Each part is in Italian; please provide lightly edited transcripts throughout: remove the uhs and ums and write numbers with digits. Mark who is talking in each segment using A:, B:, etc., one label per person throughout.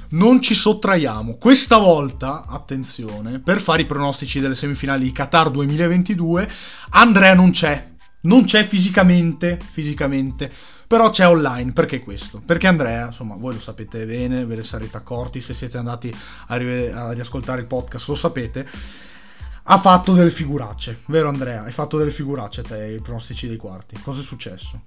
A: non ci sottraiamo. Questa volta, attenzione, per fare i pronostici delle semifinali di Qatar 2022, Andrea non c'è fisicamente, però c'è online. Perché questo? Perché Andrea, insomma, voi lo sapete bene, ve ne sarete accorti, se siete andati a riascoltare il podcast lo sapete, ha fatto delle figuracce, vero Andrea? Hai fatto delle figuracce te, i pronostici dei quarti. Cosa è successo?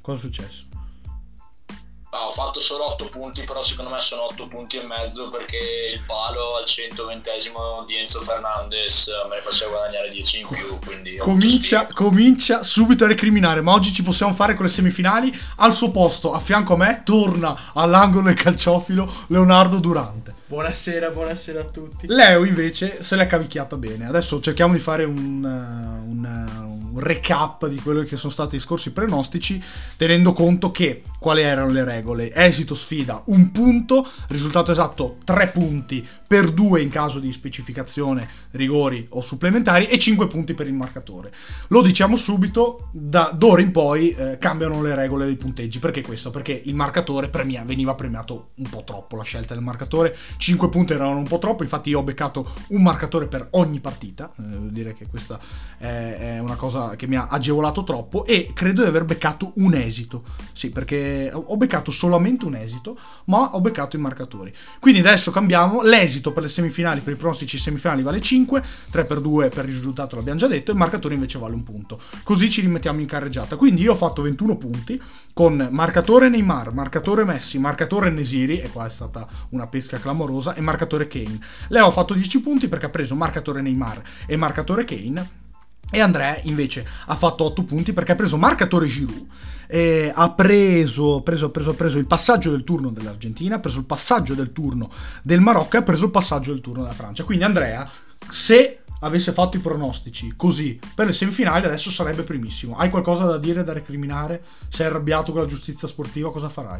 B: Ho fatto solo 8 punti, però secondo me sono 8 punti e mezzo, perché il palo al 120esimo di Enzo Fernandez me ne faceva guadagnare 10 in più, quindi
A: comincia subito a recriminare. Ma oggi ci possiamo fare con le semifinali. Al suo posto, a fianco a me, torna all'angolo del calciofilo Leonardo Durante.
C: Buonasera a tutti.
A: Leo invece se l'è cavicchiata bene. Adesso cerchiamo di fare un recap di quello che sono stati i scorsi pronostici, tenendo conto che quali erano le regole: esito sfida 1 punto, risultato esatto 3 punti per 2 in caso di specificazione, rigori o supplementari, e 5 punti per il marcatore. Lo diciamo subito, da d'ora in poi cambiano le regole dei punteggi. Perché questo? Perché il marcatore veniva premiato un po' troppo, la scelta del marcatore. 5 punti erano un po' troppo, infatti io ho beccato un marcatore per ogni partita. Devo dire che questa è una cosa che mi ha agevolato troppo, e credo di aver beccato un esito. Sì, perché ho beccato solamente un esito, ma ho beccato i marcatori. Quindi adesso cambiamo. L'esito per le semifinali, per i pronostici semifinali vale 5, 3 per 2 per il risultato l'abbiamo già detto, il marcatore invece vale 1 punto. Così ci rimettiamo in carreggiata. Quindi io ho fatto 21 punti con marcatore Neymar, marcatore Messi, marcatore Nesiri, e qua è stata una pesca clamorosa, e marcatore Kane. Leo ha fatto 10 punti perché ha preso marcatore Neymar e marcatore Kane, e Andrea invece ha fatto 8 punti perché ha preso marcatore Giroud, ha preso il passaggio del turno dell'Argentina, ha preso il passaggio del turno del Marocco e ha preso il passaggio del turno della Francia. Quindi Andrea, se avesse fatto i pronostici così per le semifinali, adesso sarebbe primissimo. Hai qualcosa da dire, da recriminare? Sei arrabbiato con la giustizia sportiva? Cosa farai?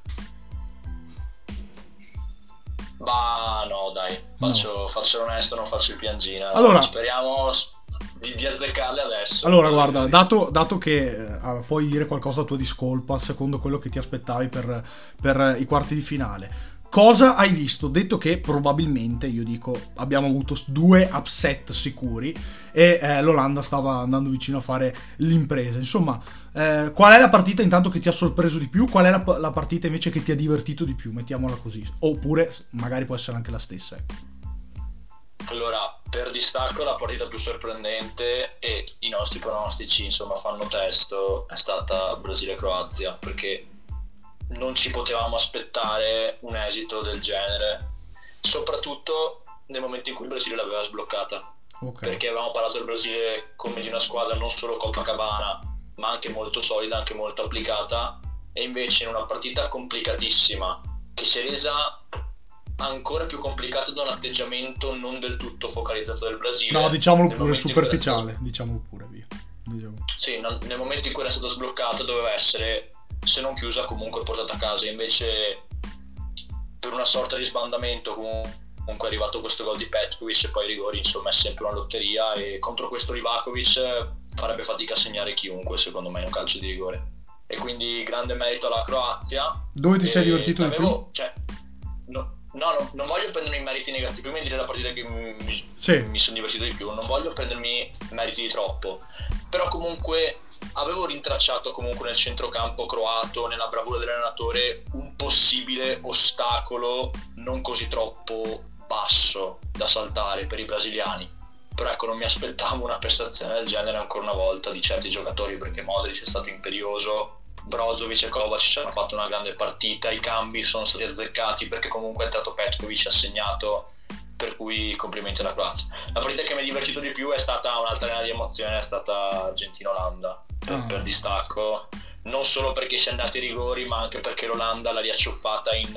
B: Ma no, dai, faccio onesto, non faccio il piangina.
A: Allora,
B: speriamo di azzeccarle adesso.
A: Allora, guarda, dato che puoi dire qualcosa a tua discolpa, secondo quello che ti aspettavi per i quarti di finale, cosa hai visto? Detto che probabilmente, io dico, abbiamo avuto 2 upset sicuri e l'Olanda stava andando vicino a fare l'impresa. Insomma, qual è la partita intanto che ti ha sorpreso di più? Qual è la partita invece che ti ha divertito di più? Mettiamola così. Oppure magari può essere anche la stessa, ecco.
B: Allora, per distacco la partita più sorprendente, e i nostri pronostici insomma fanno testo, è stata Brasile-Croazia, perché non ci potevamo aspettare un esito del genere, soprattutto nel momento in cui il Brasile l'aveva sbloccata. Okay. Perché avevamo parlato del Brasile come di una squadra non solo Copacabana, ma anche molto solida, anche molto applicata, e invece in una partita complicatissima che si è resa ancora più complicato da un atteggiamento non del tutto focalizzato del Brasile.
A: No, diciamolo pure, superficiale, diciamolo pure, via.
B: Sì, nel momento in cui era stato sbloccato doveva essere, se non chiusa, comunque portata a casa. Invece, per una sorta di sbandamento, comunque è arrivato questo gol di Petkovic e poi i rigori, insomma è sempre una lotteria, e contro questo Livakovic farebbe fatica a segnare chiunque, secondo me, in un calcio di rigore. E quindi grande merito alla Croazia.
A: Dove ti sei divertito di più?
B: Non voglio prendermi meriti negativi. Prima di dire la partita che mi sono divertito di più, non voglio prendermi meriti di troppo, però comunque avevo rintracciato comunque nel centrocampo croato, nella bravura dell'allenatore, un possibile ostacolo non così troppo basso da saltare per i brasiliani. Però ecco, non mi aspettavo una prestazione del genere ancora una volta di certi giocatori, perché Modric è stato imperioso, Brozovic e Kovacic hanno fatto una grande partita, i cambi sono stati azzeccati perché comunque è entrato Petkovic, ha segnato, per cui complimenti alla Croazia. La partita che mi ha divertito di più è stata un'altra arena di emozione, è stata Argentina-Olanda, per distacco, non solo perché si è andati ai rigori, ma anche perché l'Olanda l'ha riacciuffata in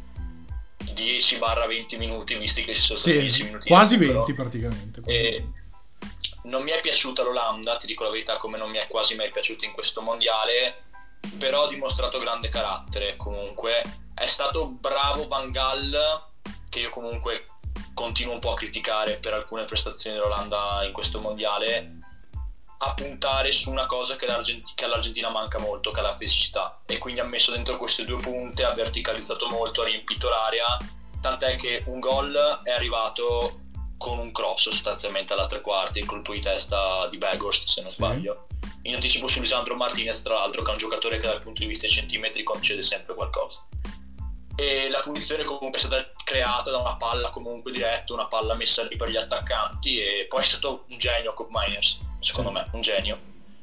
B: 10-20 minuti, visti che ci sono stati 10 minuti
A: quasi 20 praticamente.
B: E non mi è piaciuta l'Olanda, ti dico la verità, come non mi è quasi mai piaciuta in questo mondiale, però ha dimostrato grande carattere. Comunque è stato bravo Van Gaal, che io comunque continuo un po' a criticare per alcune prestazioni dell'Olanda in questo mondiale, a puntare su una cosa che all'Argentina manca molto, che è la fisicità, e quindi ha messo dentro queste 2 punte, ha verticalizzato molto, ha riempito l'area, tant'è che un gol è arrivato con un cross sostanzialmente alla tre quarti, il colpo di testa di Weghorst, se non sbaglio, in anticipo su Lisandro Martinez, tra l'altro, che è un giocatore che dal punto di vista dei centimetri concede sempre qualcosa. E la punizione comunque è stata creata da una palla comunque diretta, una palla messa lì per gli attaccanti, e poi è stato un genio Kobe Miners, secondo me, un genio.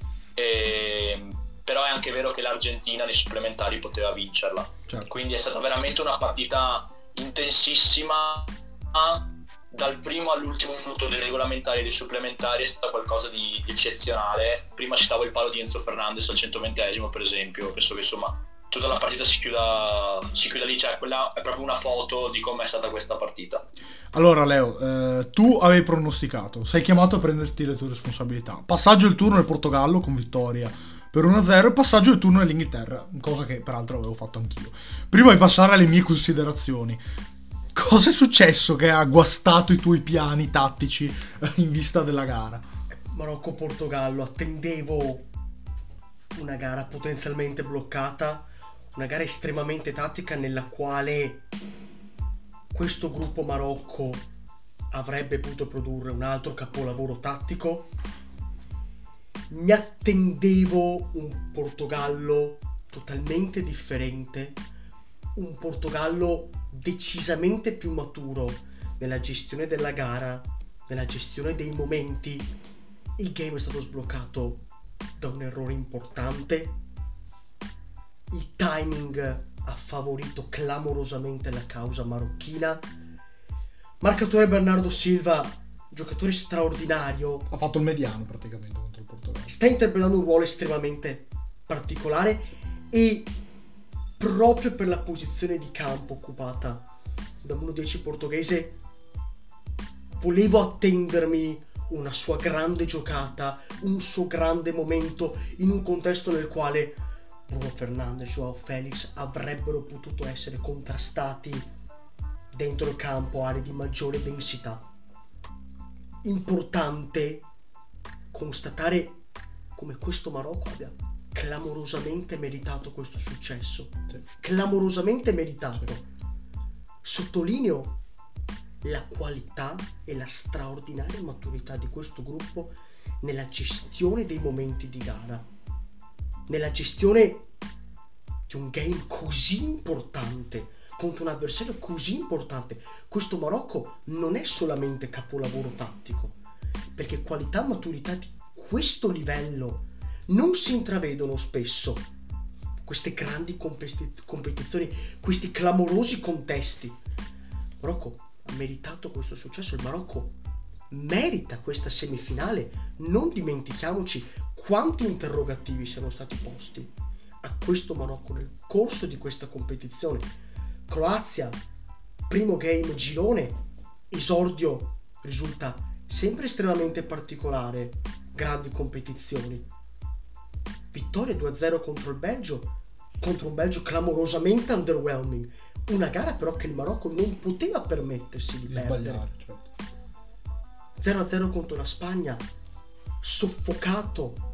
B: Però è anche vero che l'Argentina nei supplementari poteva vincerla, quindi è stata veramente una partita intensissima. Dal primo all'ultimo minuto dei regolamentari e dei supplementari è stata qualcosa di eccezionale. Prima citavo il palo di Enzo Fernandez al 120esimo, per esempio. Penso che insomma tutta la partita si chiuda lì, cioè quella è proprio una foto di com'è stata questa partita.
A: Allora Leo, tu avevi pronosticato, sei chiamato a prenderti le tue responsabilità. Passaggio il turno nel Portogallo con vittoria per 1-0 e passaggio del turno nell'Inghilterra, cosa che peraltro avevo fatto anch'io. Prima di passare alle mie considerazioni, cosa è successo che ha guastato i tuoi piani tattici in vista della gara?
C: Marocco-Portogallo, attendevo una gara potenzialmente bloccata, una gara estremamente tattica nella quale questo gruppo Marocco avrebbe potuto produrre un altro capolavoro tattico. Mi attendevo un Portogallo totalmente differente, un Portogallo decisamente più maturo nella gestione della gara, nella gestione dei momenti. Il game è stato sbloccato da un errore importante, il timing ha favorito clamorosamente la causa marocchina. Marcatore Bernardo Silva, giocatore straordinario,
A: ha fatto il mediano praticamente contro il Portogallo,
C: sta interpretando un ruolo estremamente particolare, e proprio per la posizione di campo occupata da 1-10 portoghese volevo attendermi una sua grande giocata, un suo grande momento in un contesto nel quale Bruno Fernandes e Joao Felix avrebbero potuto essere contrastati dentro il campo, aree di maggiore densità. Importante constatare come questo Marocco abbia clamorosamente meritato questo successo, clamorosamente meritato. Sottolineo la qualità e la straordinaria maturità di questo gruppo nella gestione dei momenti di gara, nella gestione di un game così importante contro un avversario così importante. Questo Marocco non è solamente capolavoro tattico, perché qualità e maturità di questo livello non si intravedono spesso. Queste grandi competizioni, questi clamorosi contesti. Il Marocco ha meritato questo successo, il Marocco merita questa semifinale. Non dimentichiamoci quanti interrogativi siano stati posti a questo Marocco nel corso di questa competizione. Croazia, primo game girone, esordio risulta sempre estremamente particolare, grandi competizioni. Vittoria 2-0 contro il Belgio, contro un Belgio clamorosamente underwhelming. Una gara però che il Marocco non poteva permettersi di perdere. 0-0 contro la Spagna, soffocato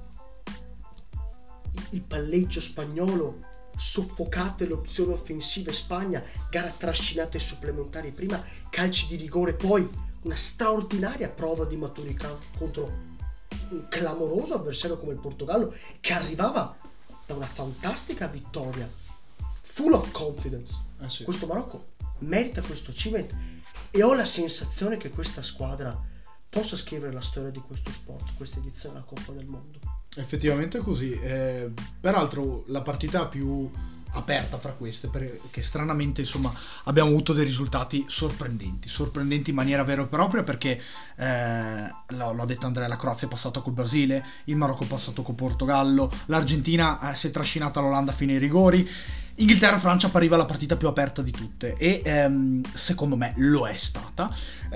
C: il palleggio spagnolo, soffocate le opzioni offensive Spagna, gara trascinata ai supplementari prima, calci di rigore poi, una straordinaria prova di maturità contro un clamoroso avversario come il Portogallo, che arrivava da una fantastica vittoria, full of confidence.
A: Sì.
C: Questo Marocco merita questo achievement e ho la sensazione che questa squadra possa scrivere la storia di questo sport, questa edizione della Coppa del Mondo.
A: Effettivamente è così. Peraltro la partita più aperta fra queste, perché stranamente insomma abbiamo avuto dei risultati sorprendenti in maniera vera e propria, perché l'ha detto Andrea, la Croazia è passata col Brasile, il Marocco è passato col Portogallo, l'Argentina si è trascinata l'Olanda fino ai rigori, Inghilterra-Francia appariva la partita più aperta di tutte e secondo me lo è stata.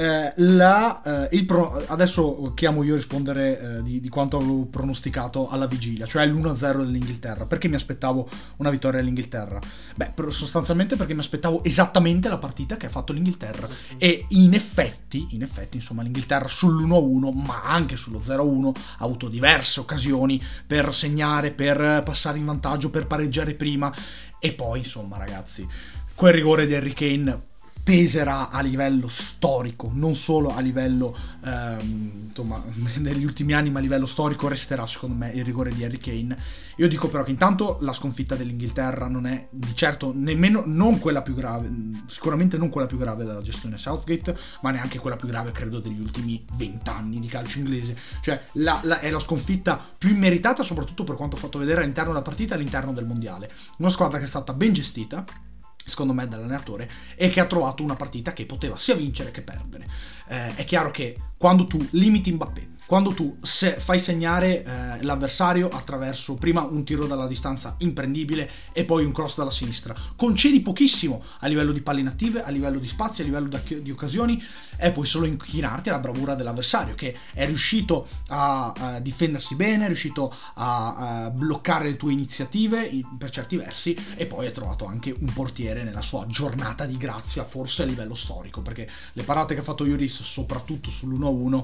A: Adesso chiamo io a rispondere di quanto avevo pronosticato alla vigilia, cioè l'1-0 dell'Inghilterra. Perché mi aspettavo una vittoria dell'Inghilterra? Beh, sostanzialmente perché mi aspettavo esattamente la partita che ha fatto l'Inghilterra e in effetti insomma l'Inghilterra sull'1-1 ma anche sullo 0-1 ha avuto diverse occasioni per segnare, per passare in vantaggio, per pareggiare prima. E poi insomma ragazzi, quel rigore di Harry Kane peserà a livello storico, non solo a livello insomma negli ultimi anni, ma a livello storico resterà secondo me il rigore di Harry Kane. Io dico però che intanto la sconfitta dell'Inghilterra non è di certo nemmeno non quella più grave, sicuramente non quella più grave della gestione Southgate, ma neanche quella più grave credo degli ultimi 20 anni di calcio inglese. Cioè è la sconfitta più immeritata, soprattutto per quanto ho fatto vedere all'interno della partita, all'interno del mondiale. Una squadra che è stata ben gestita secondo me dall'allenatore e che ha trovato una partita che poteva sia vincere che perdere. È chiaro che quando tu limiti Mbappé, quando tu fai segnare l'avversario attraverso prima un tiro dalla distanza imprendibile e poi un cross dalla sinistra, concedi pochissimo a livello di palle inattive, a livello di spazi, a livello di occasioni, e puoi solo inchinarti alla bravura dell'avversario, che è riuscito a difendersi bene, è riuscito a bloccare le tue iniziative per certi versi, e poi ha trovato anche un portiere nella sua giornata di grazia, forse a livello storico, perché le parate che ha fatto Lloris, soprattutto sull'1-1,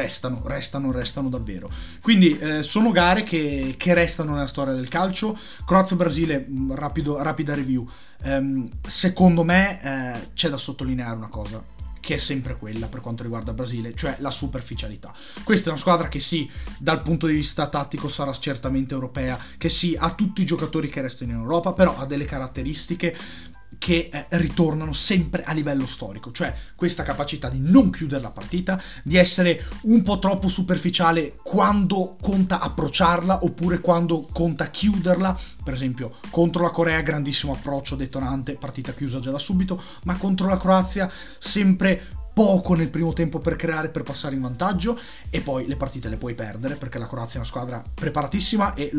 A: restano davvero. Quindi sono gare che restano nella storia del calcio. Croazia-Brasile, rapida review. Secondo me c'è da sottolineare una cosa, che è sempre quella per quanto riguarda il Brasile, cioè la superficialità. Questa è una squadra che sì, dal punto di vista tattico sarà certamente europea, che sì, ha tutti i giocatori che restano in Europa, però ha delle caratteristiche che ritornano sempre a livello storico, cioè questa capacità di non chiudere la partita, di essere un po' troppo superficiale quando conta approcciarla oppure quando conta chiuderla. Per esempio contro la Corea grandissimo approccio detonante, partita chiusa già da subito, ma contro la Croazia sempre poco nel primo tempo per creare, per passare in vantaggio, e poi le partite le puoi perdere perché la Croazia è una squadra preparatissima e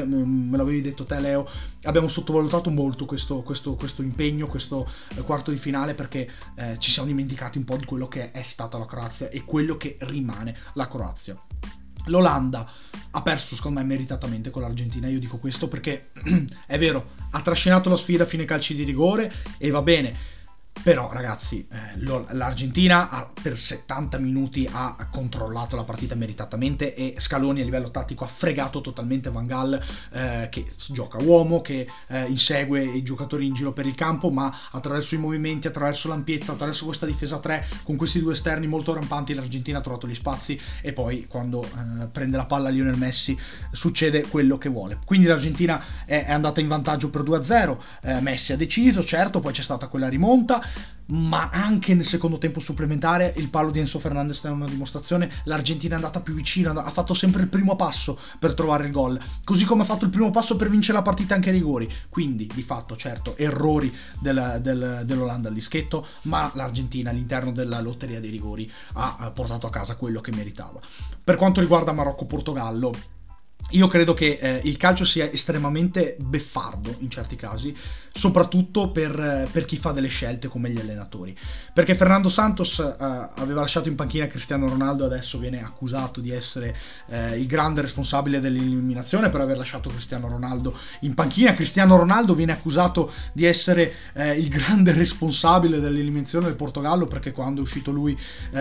A: me l'avevi detto te Leo, abbiamo sottovalutato molto questo impegno, questo quarto di finale, perché ci siamo dimenticati un po' di quello che è stata la Croazia e quello che rimane la Croazia. L'Olanda ha perso secondo me meritatamente con l'Argentina, io dico questo perché è vero, ha trascinato la sfida fino ai calci di rigore e va bene. Però ragazzi, l'Argentina per 70 minuti ha controllato la partita meritatamente e Scaloni a livello tattico ha fregato totalmente Van Gaal, che gioca uomo, che insegue i giocatori in giro per il campo, ma attraverso i movimenti, attraverso l'ampiezza, attraverso questa difesa 3 con questi due esterni molto rampanti, l'Argentina ha trovato gli spazi e poi quando prende la palla Lionel Messi succede quello che vuole. Quindi l'Argentina è andata in vantaggio per 2-0, Messi ha deciso, certo, poi c'è stata quella rimonta, ma anche nel secondo tempo supplementare il palo di Enzo Fernandez è una dimostrazione. L'Argentina è andata più vicina, ha fatto sempre il primo passo per trovare il gol, così come ha fatto il primo passo per vincere la partita anche ai rigori. Quindi di fatto certo errori dell'Olanda al dischetto, ma l'Argentina all'interno della lotteria dei rigori ha portato a casa quello che meritava. Per quanto riguarda Marocco-Portogallo, io credo che il calcio sia estremamente beffardo in certi casi, soprattutto per chi fa delle scelte come gli allenatori, perché Fernando Santos aveva lasciato in panchina Cristiano Ronaldo, adesso viene accusato di essere il grande responsabile dell'eliminazione per aver lasciato Cristiano Ronaldo in panchina. Cristiano Ronaldo viene accusato di essere il grande responsabile dell'eliminazione del Portogallo, perché quando è uscito lui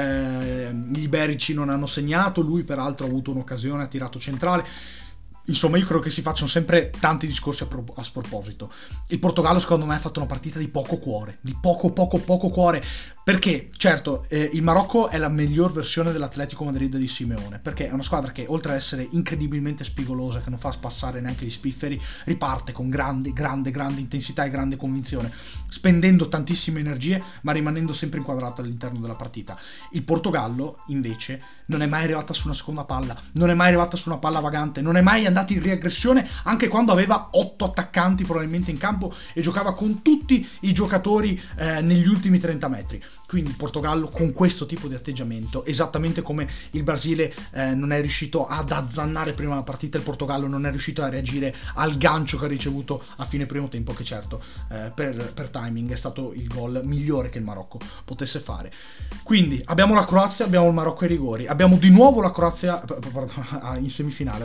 A: gli iberici non hanno segnato, lui peraltro ha avuto un'occasione, ha tirato centrale. Insomma, io credo che si facciano sempre tanti discorsi a sproposito. Il Portogallo secondo me ha fatto una partita di poco cuore, di poco cuore, perché certo il Marocco è la miglior versione dell'Atletico Madrid di Simeone, perché è una squadra che oltre ad essere incredibilmente spigolosa, che non fa spassare neanche gli spifferi, riparte con grande intensità e grande convinzione, spendendo tantissime energie ma rimanendo sempre inquadrata all'interno della partita. Il Portogallo invece non è mai arrivata su una seconda palla, non è mai arrivata su una palla vagante, non è mai andata in riaggressione anche quando aveva 8 attaccanti probabilmente in campo e giocava con tutti i giocatori negli ultimi 30 metri. Quindi il Portogallo con questo tipo di atteggiamento, esattamente come il Brasile non è riuscito ad azzannare prima la partita, il Portogallo non è riuscito a reagire al gancio che ha ricevuto a fine primo tempo, che certo per timing è stato il gol migliore che il Marocco potesse fare. Quindi abbiamo la Croazia, abbiamo il Marocco ai rigori, abbiamo di nuovo la Croazia in semifinale,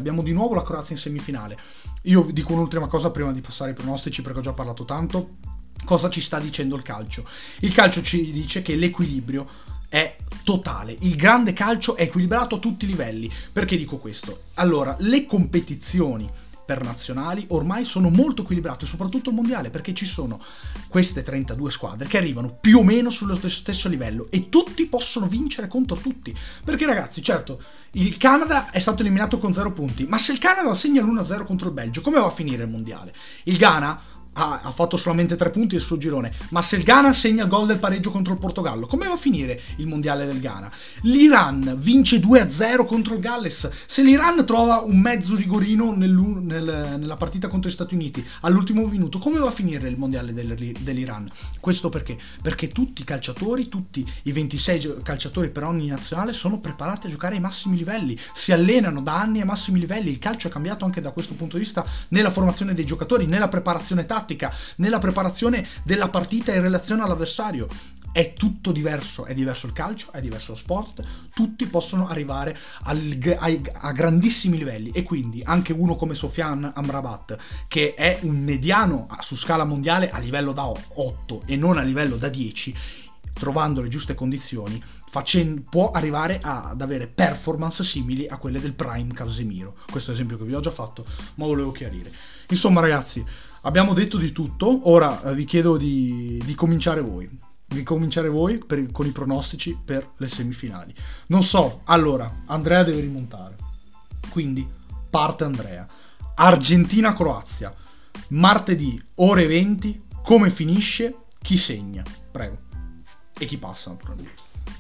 A: Io dico un'ultima cosa prima di passare ai pronostici, perché ho già parlato tanto. Cosa ci sta dicendo il calcio? Il calcio ci dice che l'equilibrio è totale, il grande calcio è equilibrato a tutti i livelli. Perché dico questo? Allora, le competizioni per nazionali ormai sono molto equilibrate, soprattutto il mondiale, perché ci sono queste 32 squadre che arrivano più o meno sullo stesso livello e tutti possono vincere contro tutti. Perché ragazzi, certo, il Canada è stato eliminato con 0 punti, ma se il Canada segna l'1-0 contro il Belgio, come va a finire il mondiale? Il Ghana ha fatto solamente 3 punti nel suo girone, ma se il Ghana segna il gol del pareggio contro il Portogallo, come va a finire il mondiale del Ghana? L'Iran vince 2-0 contro il Galles, se l'Iran trova un mezzo rigorino nella partita contro gli Stati Uniti all'ultimo minuto, come va a finire il mondiale dell'Iran? Questo perché? Perché tutti i calciatori, tutti i 26 calciatori per ogni nazionale sono preparati a giocare ai massimi livelli, si allenano da anni ai massimi livelli. Il calcio è cambiato anche da questo punto di vista nella formazione dei giocatori, nella preparazione tattica, nella preparazione della partita in relazione all'avversario. È tutto diverso, è diverso il calcio, è diverso lo sport, tutti possono arrivare a grandissimi livelli, e quindi anche uno come Sofiane Amrabat, che è un mediano su scala mondiale a livello da 8 e non a livello da 10, trovando le giuste condizioni, può arrivare ad avere performance simili a quelle del prime Casemiro. Questo esempio che vi ho già fatto, ma volevo chiarire. Insomma ragazzi, abbiamo detto di tutto, ora vi chiedo di cominciare voi. Con i pronostici per le semifinali. Non so, allora, Andrea deve rimontare. Quindi parte Andrea. Argentina-Croazia. Martedì, ore 20. Come finisce? Chi segna? Prego. E chi passa, naturalmente.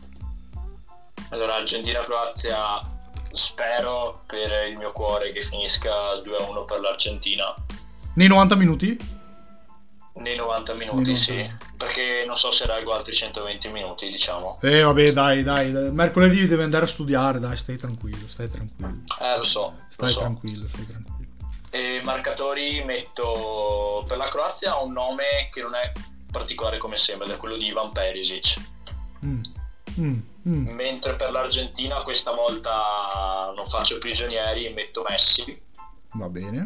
B: Allora, Argentina-Croazia, spero per il mio cuore che finisca 2-1 per l'Argentina.
A: Nei 90 minuti?
B: Nei 90 minuti, sì. Perché non so se reggo altri 120 minuti, diciamo.
A: Vabbè, dai. Mercoledì deve andare a studiare, dai, stai tranquillo.
B: Lo so.
A: Stai tranquillo.
B: E marcatori metto per la Croazia un nome che non è particolare come sembra, è quello di Ivan Perisic. Mentre per l'Argentina questa volta non faccio prigionieri e metto Messi.
A: Va bene.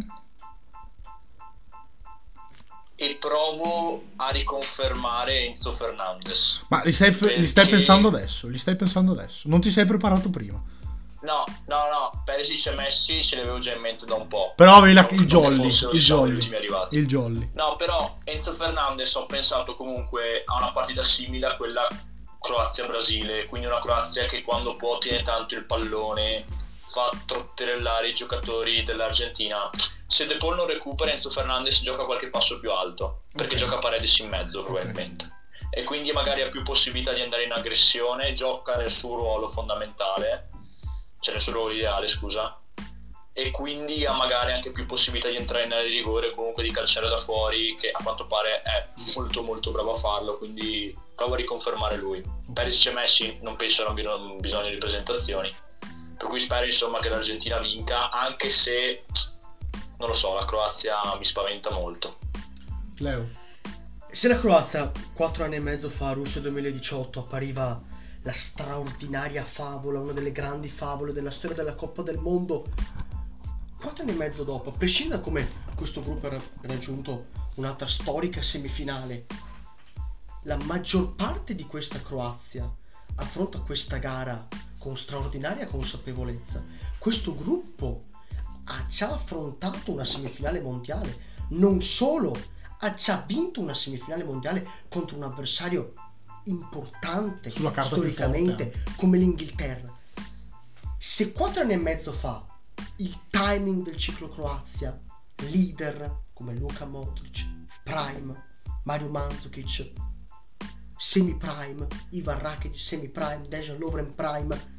B: E provo a riconfermare Enzo Fernandez.
A: Ma li stai pensando adesso? Non ti sei preparato prima?
B: No, Perisic e Messi ce li avevo già in mente da un po'.
A: Però avevi il Jolly.
B: Il Jolly. No, però Enzo Fernandez ho pensato comunque a una partita simile a quella Croazia-Brasile, quindi una Croazia che quando può tiene tanto il pallone, fa trotterellare i giocatori dell'Argentina. Se De Paul non recupera, Enzo Fernandez gioca qualche passo più alto, perché gioca Paredes in mezzo probabilmente, e quindi magari ha più possibilità di andare in aggressione, gioca nel suo ruolo fondamentale, cioè nel suo ruolo ideale, scusa, e quindi ha magari anche più possibilità di entrare in area di rigore, comunque di calciare da fuori, che a quanto pare è molto molto bravo a farlo, quindi provo a riconfermare lui. Perisic e Messi non penso abbiano bisogno di presentazioni, per cui spero insomma che l'Argentina vinca, anche se non lo so, la Croazia mi spaventa molto.
A: Leo?
C: Se la Croazia 4 anni e mezzo fa, Russia 2018, appariva la straordinaria favola, una delle grandi favole della storia della Coppa del Mondo, 4 anni e mezzo dopo, a prescindere da come questo gruppo ha raggiunto un'altra storica semifinale, la maggior parte di questa Croazia affronta questa gara con straordinaria consapevolezza. Questo gruppo ha già affrontato una semifinale mondiale, non solo, ha già vinto una semifinale mondiale contro un avversario importante storicamente come l'Inghilterra. Se 4 anni e mezzo fa il timing del ciclo Croazia, leader come Luka Modric, prime, Mario Mandzukic, semi-prime, Ivan Rakitic semi-prime, Dejan Lovren prime,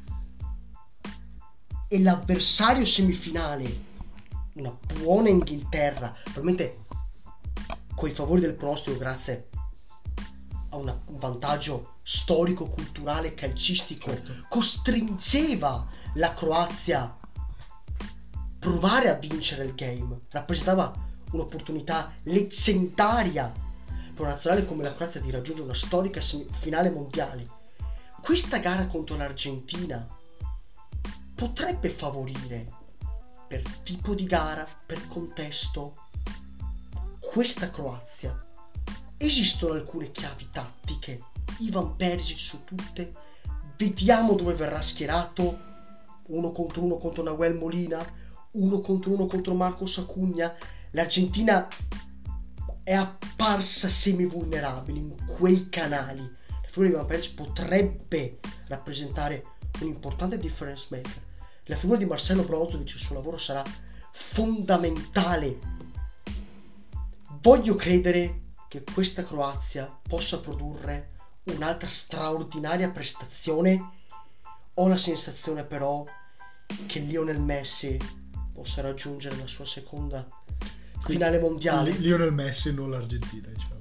C: e l'avversario semifinale una buona Inghilterra, probabilmente coi favori del pronostico grazie a un vantaggio storico, culturale, calcistico, costringeva la Croazia a provare a vincere il game, rappresentava un'opportunità leggendaria per una nazionale come la Croazia di raggiungere una storica finale mondiale. Questa gara contro l'Argentina potrebbe favorire, per tipo di gara, per contesto, questa Croazia. Esistono alcune chiavi tattiche, Ivan Perisic su tutte, vediamo dove verrà schierato, uno contro Nahuel Molina, 1 contro Marcos Acuna, l'Argentina è apparsa semivulnerabile in quei canali. La figura di Ivan Perisic potrebbe rappresentare un importante difference maker. La figura di Marcelo Brozovic, il suo lavoro sarà fondamentale. Voglio credere che questa Croazia possa produrre un'altra straordinaria prestazione. Ho la sensazione però che Lionel Messi possa raggiungere la sua seconda finale mondiale.
A: Lionel Messi, non l'Argentina, diciamo.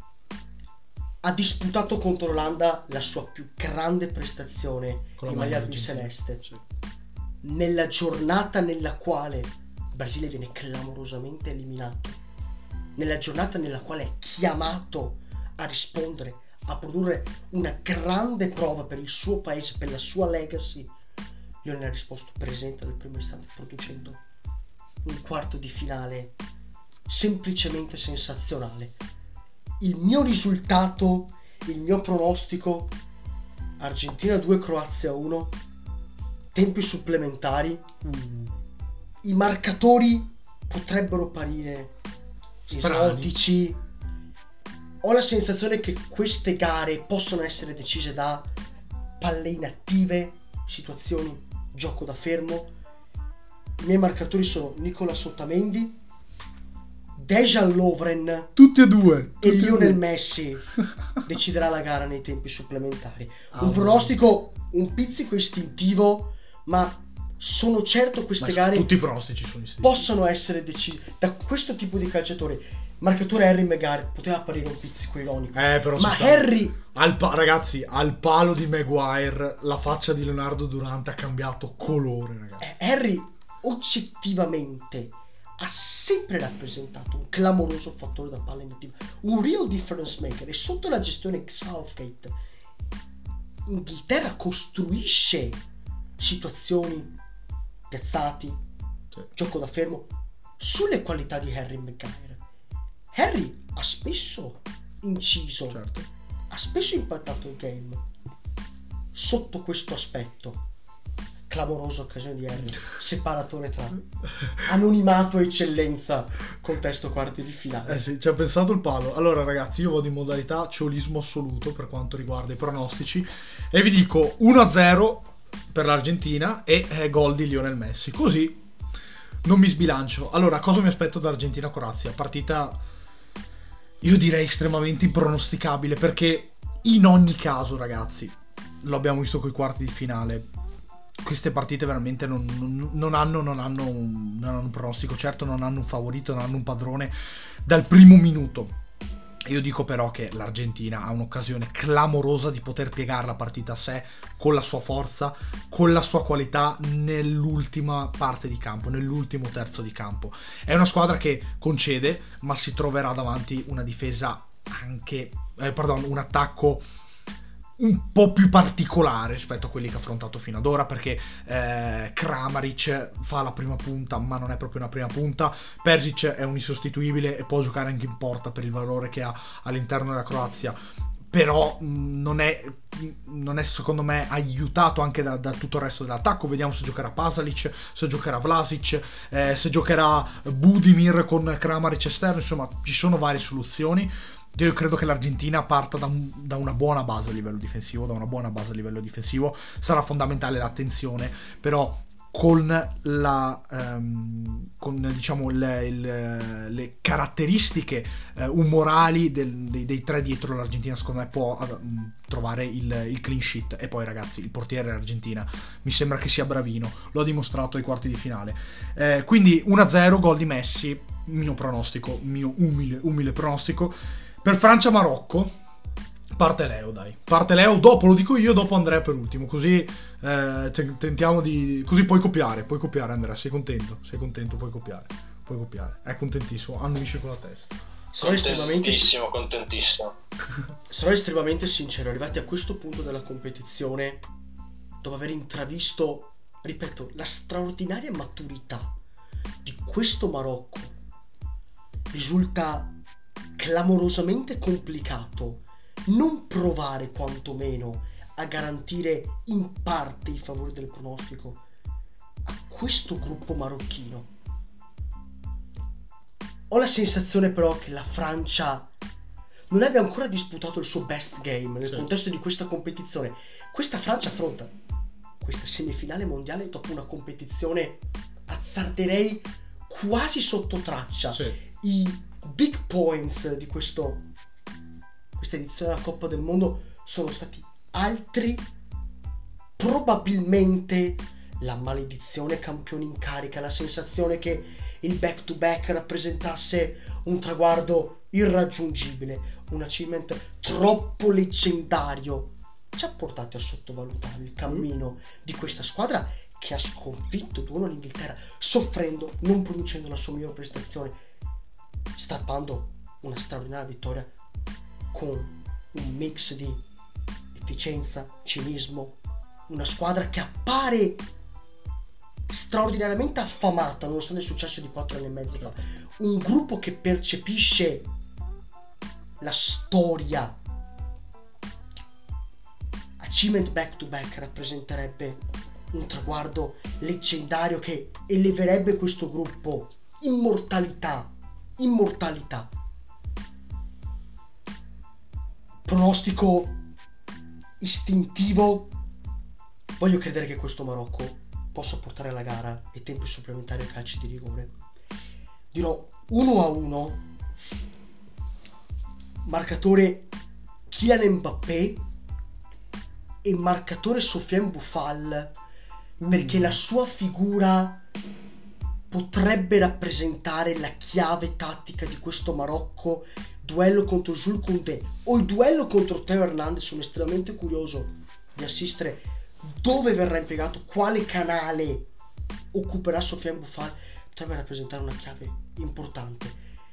C: Ha disputato contro l'Olanda la sua più grande prestazione in maglia blu-celeste.
A: Sì.
C: Nella giornata nella quale il Brasile viene clamorosamente eliminato, nella giornata nella quale è chiamato a rispondere, a produrre una grande prova per il suo paese, per la sua legacy, Lionel ha risposto presente dal primo istante, producendo un quarto di finale semplicemente sensazionale. Il mio risultato, il mio pronostico: Argentina 2, Croazia 1, tempi supplementari. I marcatori potrebbero apparire esotici. Ho la sensazione che queste gare possono essere decise da palle inattive, situazioni, gioco da fermo. I miei marcatori sono Nicolas Otamendi, Dejan Lovren,
A: tutti e due,
C: e Lionel Messi deciderà la gara nei tempi supplementari. Un pronostico un pizzico istintivo, ma sono certo queste gare
A: tutti i pronostici sono istintivi,
C: possano essere decisi da questo tipo di calciatori. Marcatore Harry Maguire poteva apparire un pizzico ironico,
A: però
C: ma Harry
A: ragazzi, al palo di Maguire la faccia di Leonardo Durante ha cambiato colore, ragazzi.
C: Harry oggettivamente ha sempre rappresentato un clamoroso fattore da palla inattiva, un real difference maker, e sotto la gestione Southgate Inghilterra costruisce situazioni, piazzati, gioco da fermo sulle qualità di Harry Maguire. Harry ha spesso inciso, ha spesso impattato il game sotto questo aspetto. Clamorosa occasione di Harry, separatore tra anonimato e eccellenza, contesto quarti di finale.
A: Sì, ci ha pensato il palo. Allora ragazzi, io vado in modalità ciolismo assoluto per quanto riguarda i pronostici e vi dico 1-0 per l'Argentina e gol di Lionel Messi, così non mi sbilancio. Allora, cosa mi aspetto da Argentina-Croazia? Partita, io direi, estremamente impronosticabile, perché in ogni caso, ragazzi, lo abbiamo visto coi quarti di finale, queste partite veramente non hanno un pronostico certo, non hanno un favorito, non hanno un padrone dal primo minuto. Io dico però che l'Argentina ha un'occasione clamorosa di poter piegare la partita a sé, con la sua forza, con la sua qualità, nell'ultima parte di campo, nell'ultimo terzo di campo. È una squadra che concede, ma si troverà davanti una difesa anche, un attacco un po' più particolare rispetto a quelli che ha affrontato fino ad ora, perché Kramaric fa la prima punta, ma non è proprio una prima punta. Perisic è un insostituibile e può giocare anche in porta per il valore che ha all'interno della Croazia, però non è secondo me aiutato anche da tutto il resto dell'attacco. Vediamo se giocherà Pasalic, se giocherà Vlasic, se giocherà Budimir con Kramaric esterno. Insomma, ci sono varie soluzioni. Io credo che l'Argentina parta da una buona base a livello difensivo, sarà fondamentale l'attenzione, però con diciamo le caratteristiche umorali dei tre dietro, l'Argentina secondo me può trovare il clean sheet. E poi ragazzi, il portiere dell'Argentina mi sembra che sia bravino, lo ha dimostrato ai quarti di finale, quindi 1-0, gol di Messi, mio umile pronostico. Per Francia-Marocco parte Leo, dopo lo dico io, dopo Andrea per ultimo, così tentiamo di, così puoi copiare Andrea. Sei contento, puoi copiare, è contentissimo, annuisce con la testa.
B: Contentissimo.
C: Sarò estremamente sincero, arrivati a questo punto della competizione, dopo aver intravisto, ripeto, la straordinaria maturità di questo Marocco, risulta clamorosamente complicato non provare quantomeno a garantire in parte i favori del pronostico a questo gruppo marocchino. Ho la sensazione però che la Francia non abbia ancora disputato il suo best game nel contesto di questa competizione. Questa Francia affronta questa semifinale mondiale dopo una competizione, azzarderei, quasi sotto traccia. I big points di questa edizione della Coppa del Mondo sono stati altri. Probabilmente la maledizione campione in carica, la sensazione che il back to back rappresentasse un traguardo irraggiungibile, un achievement troppo leggendario, ci ha portato a sottovalutare il cammino di questa squadra che ha sconfitto 2-1 l'Inghilterra, soffrendo, non producendo la sua migliore prestazione, strappando una straordinaria vittoria con un mix di efficienza, cinismo, una squadra che appare straordinariamente affamata nonostante il successo di 4 anni e mezzo fa, un gruppo che percepisce la storia. Achievement back to back rappresenterebbe un traguardo leggendario che eleverebbe questo gruppo immortalità. Pronostico istintivo: voglio credere che questo Marocco possa portare la gara ai tempi supplementari a calci di rigore. Dirò 1-1, marcatore Kylian Mbappé e marcatore Sofiane Boufal, perché la sua figura potrebbe rappresentare la chiave tattica di questo Marocco. Duello contro Jules Koundé o il duello contro Theo Hernandez. Sono estremamente curioso di assistere dove verrà impiegato, quale canale occuperà Sofiane Boufal. Potrebbe rappresentare una chiave importante.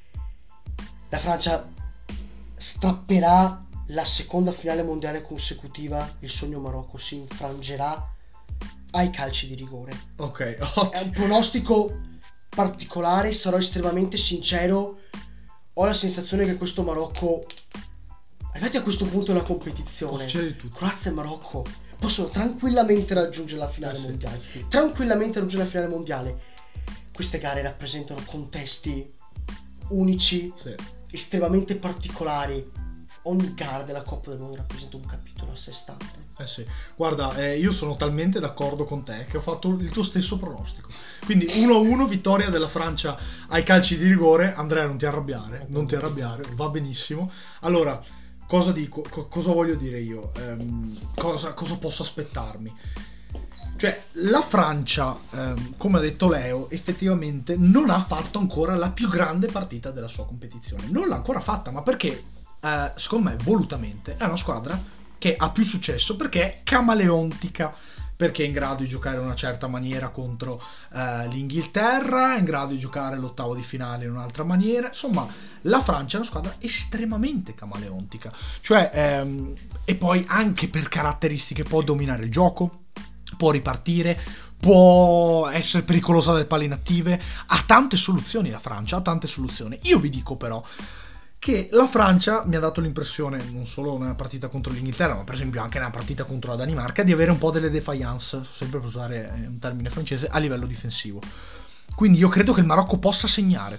C: La Francia strapperà la seconda finale mondiale consecutiva, il sogno Marocco si infrangerà ai calci di rigore.
A: Ok,
C: è un pronostico particolare, sarò estremamente sincero. Ho la sensazione che questo Marocco, arrivati a questo punto della competizione, Croazia e Marocco possono tranquillamente raggiungere la finale mondiale. Tranquillamente raggiungere la finale mondiale. Queste gare rappresentano contesti unici, estremamente particolari. Ogni gara della Coppa del Mondo rappresenta un capitolo a sé stante.
A: Guarda, io sono talmente d'accordo con te che ho fatto il tuo stesso pronostico. Quindi 1-1, vittoria della Francia ai calci di rigore. Andrea, non ti arrabbiare, va benissimo. Allora, cosa dico? Cosa voglio dire io? Cosa posso aspettarmi? Cioè, la Francia, come ha detto Leo, effettivamente non ha fatto ancora la più grande partita della sua competizione. Non l'ha ancora fatta, ma perché? Secondo me volutamente è una squadra che ha più successo perché è camaleontica, perché è in grado di giocare in una certa maniera contro l'Inghilterra, è in grado di giocare l'ottavo di finale in un'altra maniera. Insomma, la Francia è una squadra estremamente camaleontica, cioè e poi anche per caratteristiche può dominare il gioco, può ripartire, può essere pericolosa dalle palle inattive, ha tante soluzioni. La Francia ha tante soluzioni. Io vi dico però che la Francia mi ha dato l'impressione, non solo nella partita contro l'Inghilterra, ma per esempio anche nella partita contro la Danimarca, di avere un po' delle défaillance, sempre per usare un termine francese, a livello difensivo. Quindi io credo che il Marocco possa segnare,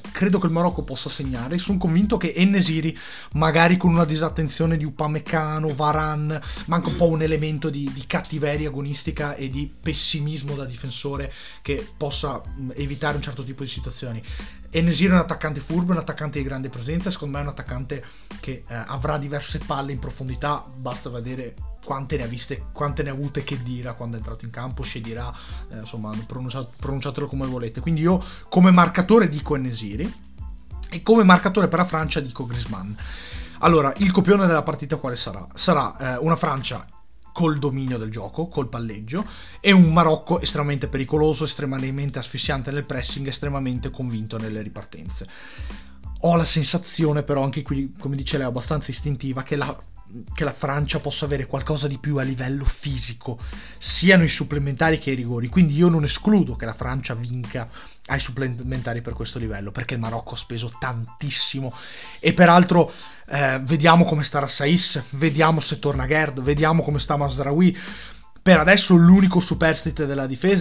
A: sono convinto che En-Nesyri, magari con una disattenzione di Upamecano, Varane, manca un po' un elemento di cattiveria agonistica e di pessimismo da difensore che possa evitare un certo tipo di situazioni. En-Nesyri è un attaccante furbo, un attaccante di grande presenza, secondo me è un attaccante che avrà diverse palle in profondità, basta vedere quante ne ha avute Khedira quando è entrato in campo, Khedira, insomma pronunciatelo come volete. Quindi io come marcatore dico En-Nesyri e come marcatore per la Francia dico Griezmann. Allora, il copione della partita quale sarà? Sarà una Francia col dominio del gioco, col palleggio, e un Marocco estremamente pericoloso, estremamente asfissiante nel pressing, estremamente convinto nelle ripartenze. Ho la sensazione però, anche qui, come dice lei, abbastanza istintiva, che la Francia possa avere qualcosa di più a livello fisico, sia nei supplementari che ai rigori. Quindi io non escludo che la Francia vinca ai supplementari per questo livello, perché il Marocco ha speso tantissimo. E peraltro vediamo come sta Saiss, vediamo se torna Gerd, vediamo come sta Mazraoui. Per adesso l'unico superstite della difesa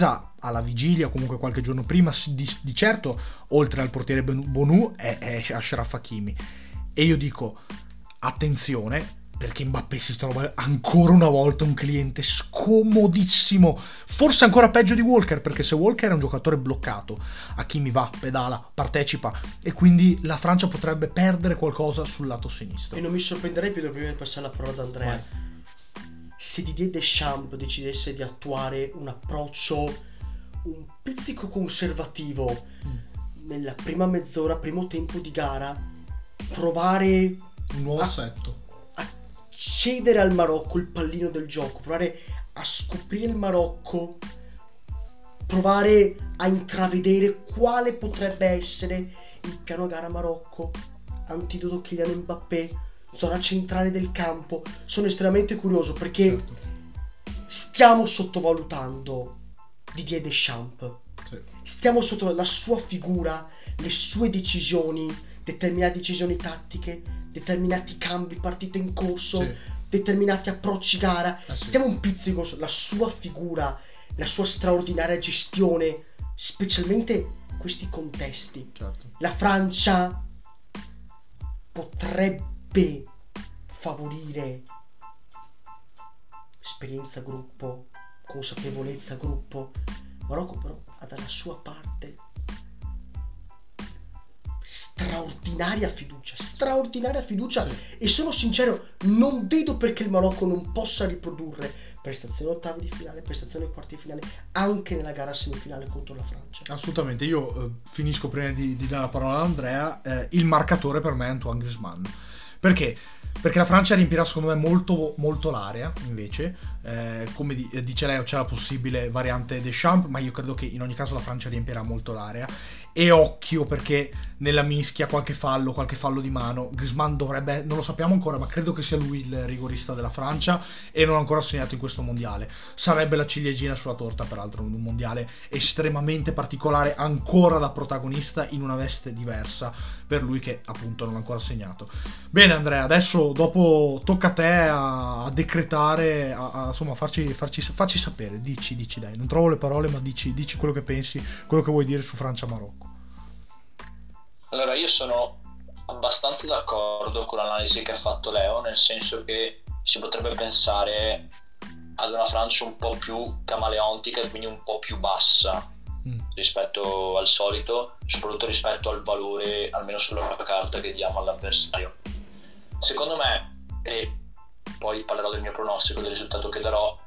A: alla vigilia o comunque qualche giorno prima, di certo oltre al portiere Bonu è Achraf Hakimi. E io dico attenzione, perché Mbappé si trova ancora una volta un cliente scomodissimo, forse ancora peggio di Walker, perché se Walker è un giocatore bloccato, Hakimi va, pedala, partecipa, e quindi la Francia potrebbe perdere qualcosa sul lato sinistro.
C: E non mi sorprenderei più, prima di passare la parola ad Andrea,
A: Vai.
C: Se Didier Deschamps decidesse di attuare un approccio un pizzico conservativo nella prima mezz'ora, primo tempo di gara, provare
A: un nuovo assetto,
C: a cedere al Marocco il pallino del gioco, provare a scoprire il Marocco, provare a intravedere quale potrebbe essere il piano gara Marocco, antidoto Kylian Mbappé, zona centrale del campo. Sono estremamente curioso perché stiamo sottovalutando Didier Deschamps. Stiamo sottovalutando la sua figura, le sue decisioni, determinate decisioni tattiche, determinati cambi, partite in corso, determinati approcci gara. Stiamo un pizzico la sua figura, la sua straordinaria gestione, specialmente in questi contesti. La Francia potrebbe favorire esperienza gruppo, consapevolezza gruppo. Marocco però ha dalla sua parte straordinaria fiducia e sono sincero, non vedo perché il Marocco non possa riprodurre prestazioni ottavi di finale, prestazioni quarti di finale anche nella gara semifinale contro la Francia.
A: Assolutamente. Io finisco prima di dare la parola ad Andrea. Il marcatore per me è Antoine Griezmann. Perché? Perché la Francia riempirà secondo me molto, molto l'area, invece come dice Leo c'è la possibile variante Deschamps, ma io credo che in ogni caso la Francia riempirà molto l'area. E occhio, perché nella mischia qualche fallo di mano. Griezmann dovrebbe, non lo sappiamo ancora, ma credo che sia lui il rigorista della Francia e non ha ancora segnato in questo mondiale. Sarebbe la ciliegina sulla torta, peraltro, in un mondiale estremamente particolare, ancora da protagonista in una veste diversa per lui che appunto non ha ancora segnato. Bene Andrea, adesso dopo tocca a te a decretare, insomma farci sapere, dici dai, non trovo le parole, ma dici quello che pensi, quello che vuoi dire su Francia-Marocco.
B: Allora, io sono abbastanza d'accordo con l'analisi che ha fatto Leo, nel senso che si potrebbe pensare ad una Francia un po' più camaleontica e quindi un po' più bassa rispetto al solito, soprattutto rispetto al valore, almeno sulla carta, che diamo all'avversario. Secondo me, e poi parlerò del mio pronostico, del risultato che darò,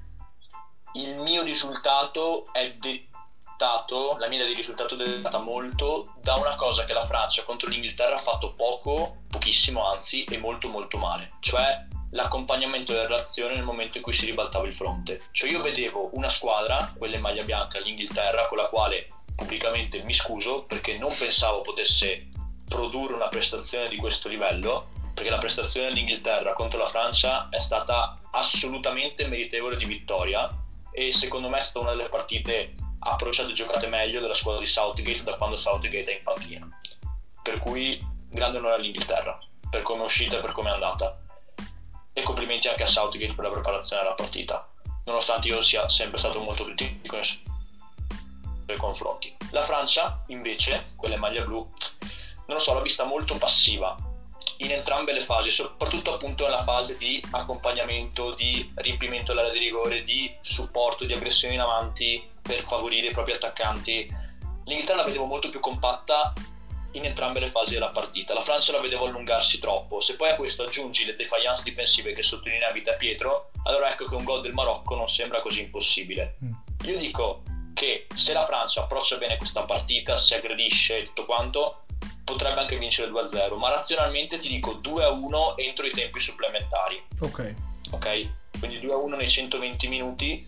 B: il mio risultato è dettato, la mia idea di risultato è dettata molto da una cosa che la Francia contro l'Inghilterra ha fatto pochissimo anzi, e molto molto male, cioè l'accompagnamento della relazione nel momento in cui si ribaltava il fronte. Cioè io vedevo una squadra, quella in maglia bianca, l'Inghilterra, con la quale pubblicamente mi scuso perché non pensavo potesse produrre una prestazione di questo livello, perché la prestazione dell'Inghilterra contro la Francia è stata assolutamente meritevole di vittoria e secondo me è stata una delle partite approcciate e giocate meglio della squadra di Southgate da quando Southgate è in panchina, per cui grande onore all'Inghilterra per come è uscita e per come è andata, e complimenti anche a Southgate per la preparazione della partita, nonostante io sia sempre stato molto critico nei suoi confronti. La Francia invece, quella in maglia blu, non lo so, l'ho vista molto passiva in entrambe le fasi, soprattutto appunto nella fase di accompagnamento, di riempimento dell'area di rigore, di supporto, di aggressione in avanti per favorire i propri attaccanti. L'Inghilterra la vedevo molto più compatta in entrambe le fasi della partita, la Francia la vedevo allungarsi troppo. Se poi a questo aggiungi le defiance difensive che sottolineavi da Pietro, allora ecco che un gol del Marocco non sembra così impossibile. Io dico che se la Francia approccia bene questa partita, si aggredisce e tutto quanto, potrebbe anche vincere 2-0, ma razionalmente ti dico 2-1 entro i tempi supplementari. Ok, quindi 2-1 nei 120 minuti.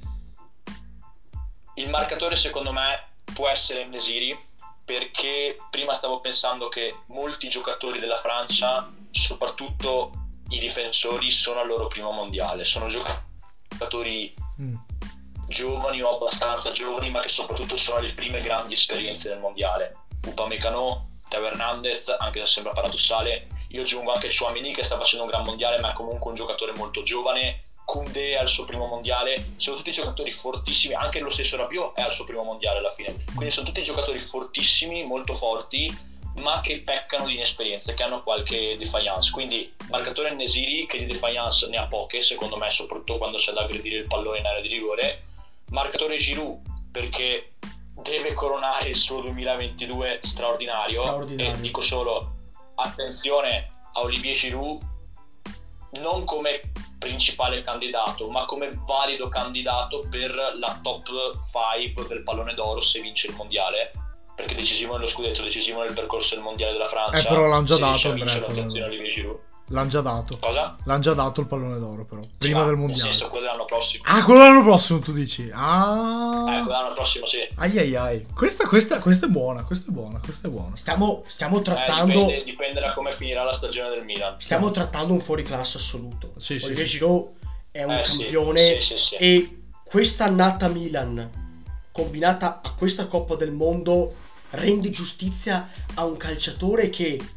B: Il marcatore secondo me può essere En-Nesyri, perché prima stavo pensando che molti giocatori della Francia, soprattutto i difensori, sono al loro primo mondiale, sono giocatori giovani o abbastanza giovani, ma che soprattutto sono le prime grandi esperienze del mondiale. Upamecano, Teo Hernandez, anche se sembra paradossale, io aggiungo anche Tchouaméni che sta facendo un gran mondiale, ma è comunque un giocatore molto giovane, Koundé è al suo primo mondiale, sono tutti giocatori fortissimi, anche lo stesso Rabiot è al suo primo mondiale alla fine, quindi sono tutti giocatori fortissimi, molto forti, ma che peccano di inesperienza, che hanno qualche defiance. Quindi marcatore Nesiri, che di defiance ne ha poche secondo me, soprattutto quando c'è da aggredire il pallone in area di rigore. Marcatore Giroud, perché deve coronare il suo 2022 straordinario. E dico solo attenzione a Olivier Giroud, non come principale candidato, ma come valido candidato per la top 5 del pallone d'oro se vince il mondiale, perché decisivo nello scudetto, decisivo nel percorso del mondiale della Francia.
A: Però l'hanno già
B: se
A: dato,
B: vince l'attenzione a Olivier Giroud.
A: L'hanno già dato.
B: Cosa?
A: L'hanno già dato il pallone d'oro, però.
B: Sì,
A: prima del mondiale.
B: Nel senso, quello dell'anno prossimo.
A: Ah, quello dell'anno prossimo tu dici? Ah.
B: Quello dell'anno prossimo, sì.
A: Ai. Questa è buona, questa è buona.
C: Stiamo trattando...
B: Dipende da come finirà la stagione del Milan.
C: Stiamo trattando un fuoriclasse assoluto.
A: Sì,
C: Olivier Giroud è un campione.
B: Sì.
C: E questa annata Milan, combinata a questa Coppa del Mondo, rende giustizia a un calciatore che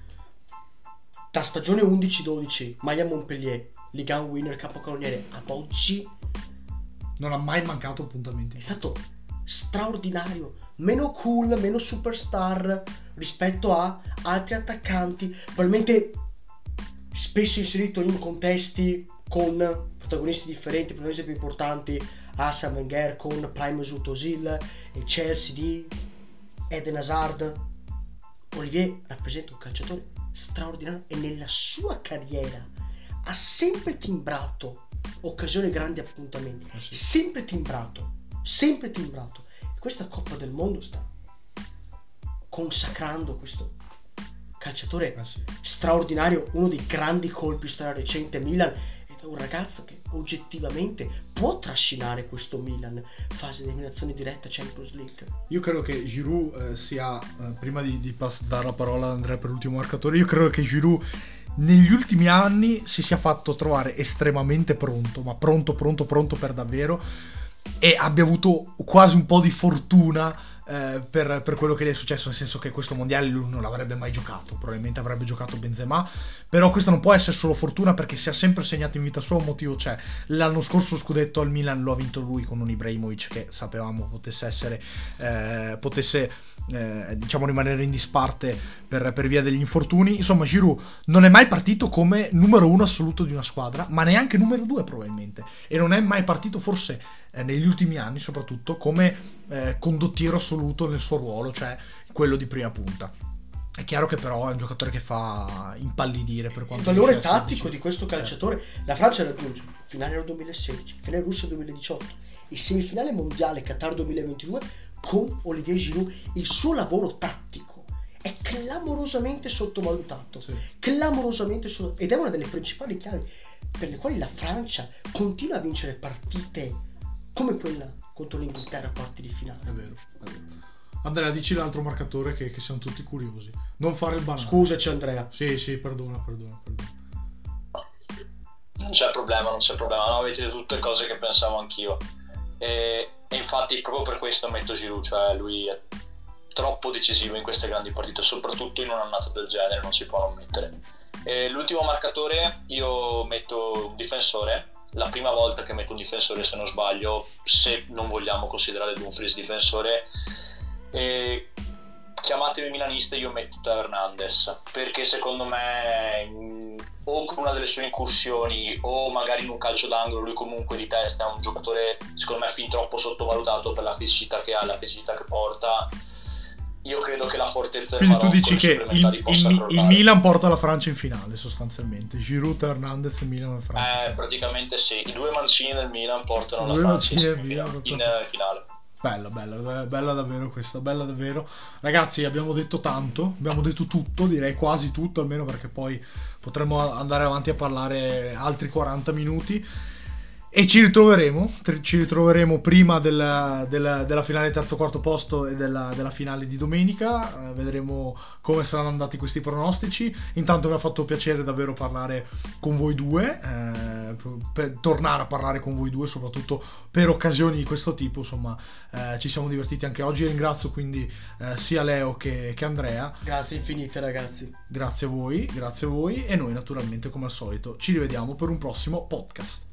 C: da stagione 11-12 maglia Montpellier, Ligue 1 winner, capocannoniere, ad oggi
A: non ha mai mancato appuntamenti.
C: È stato straordinario, meno cool, meno superstar rispetto a altri attaccanti, probabilmente spesso inserito in contesti con protagonisti differenti, protagonisti più importanti, Arsene Wenger con Prime Mesut Özil e Chelsea di Eden Hazard. Olivier rappresenta un calciatore straordinario e nella sua carriera ha sempre timbrato occasioni, grandi appuntamenti, sempre timbrato. E questa Coppa del Mondo sta consacrando questo calciatore straordinario, uno dei grandi colpi storia recente Milan, ed è un ragazzo che oggettivamente può trascinare questo Milan fase di eliminazione diretta Champions League.
A: Io credo che Giroud sia prima di dare la parola ad Andrea per l'ultimo marcatore, io credo che Giroud negli ultimi anni si sia fatto trovare estremamente pronto, ma pronto per davvero, e abbia avuto quasi un po' di fortuna per quello che gli è successo, nel senso che questo mondiale lui non l'avrebbe mai giocato, probabilmente avrebbe giocato Benzema, però questo non può essere solo fortuna, perché si è sempre segnato in vita sua, un motivo c'è. L'anno scorso lo scudetto al Milan lo ha vinto lui con un Ibrahimovic che sapevamo potesse diciamo rimanere in disparte per via degli infortuni. Insomma, Giroud non è mai partito come numero 1 assoluto di una squadra, ma neanche numero 2 probabilmente, e non è mai partito forse negli ultimi anni soprattutto come condottiero assoluto nel suo ruolo, cioè quello di prima punta. È chiaro che però è un giocatore che fa impallidire per quanto
C: il valore tattico di questo calciatore. La Francia raggiunge finale nel 2016, finale Russia 2018 e semifinale mondiale Qatar 2022 con Olivier Giroud. Il suo lavoro tattico è clamorosamente sottovalutato, ed è una delle principali chiavi per le quali la Francia continua a vincere partite come quella contro l'Inghilterra a quarti di finale.
A: È vero. Andrea, dici l'altro marcatore che siamo tutti curiosi. Non fare il banale.
C: Scusaci Andrea.
A: Sì, perdona.
B: Non c'è problema, no, avete tutte cose che pensavo anch'io. E infatti proprio per questo metto Giroud, cioè lui è troppo decisivo in queste grandi partite, soprattutto in un'annata del genere, non si può non mettere. E l'ultimo marcatore io metto un difensore. La prima volta che metto un difensore, se non sbaglio, se non vogliamo considerare Dumfries difensore, chiamatemi milanista, io metto Teo Hernandez, perché secondo me o con una delle sue incursioni o magari in un calcio d'angolo, lui comunque di testa è un giocatore secondo me fin troppo sottovalutato per la fisicità che ha, la fisicità che porta. Io credo che la fortezza del Marocco,
A: quindi tu dici che il Milan porta la Francia in finale sostanzialmente, Giroud, Hernandez e Milan e Francia.
B: Praticamente sì, i due mancini del Milan portano la Francia in finale.
A: Bella davvero questa, bella davvero. Ragazzi, abbiamo detto tanto, abbiamo detto tutto, direi quasi tutto, almeno perché poi potremmo andare avanti a parlare altri 40 minuti. E ci ritroveremo prima della finale terzo quarto posto e della finale di domenica. Vedremo come saranno andati questi pronostici. Intanto mi ha fatto piacere davvero parlare con voi due, per tornare a parlare con voi due, soprattutto per occasioni di questo tipo. Insomma, ci siamo divertiti anche oggi. Ringrazio quindi sia Leo che Andrea.
C: Grazie infinite ragazzi.
A: Grazie a voi, e noi naturalmente come al solito ci rivediamo per un prossimo podcast.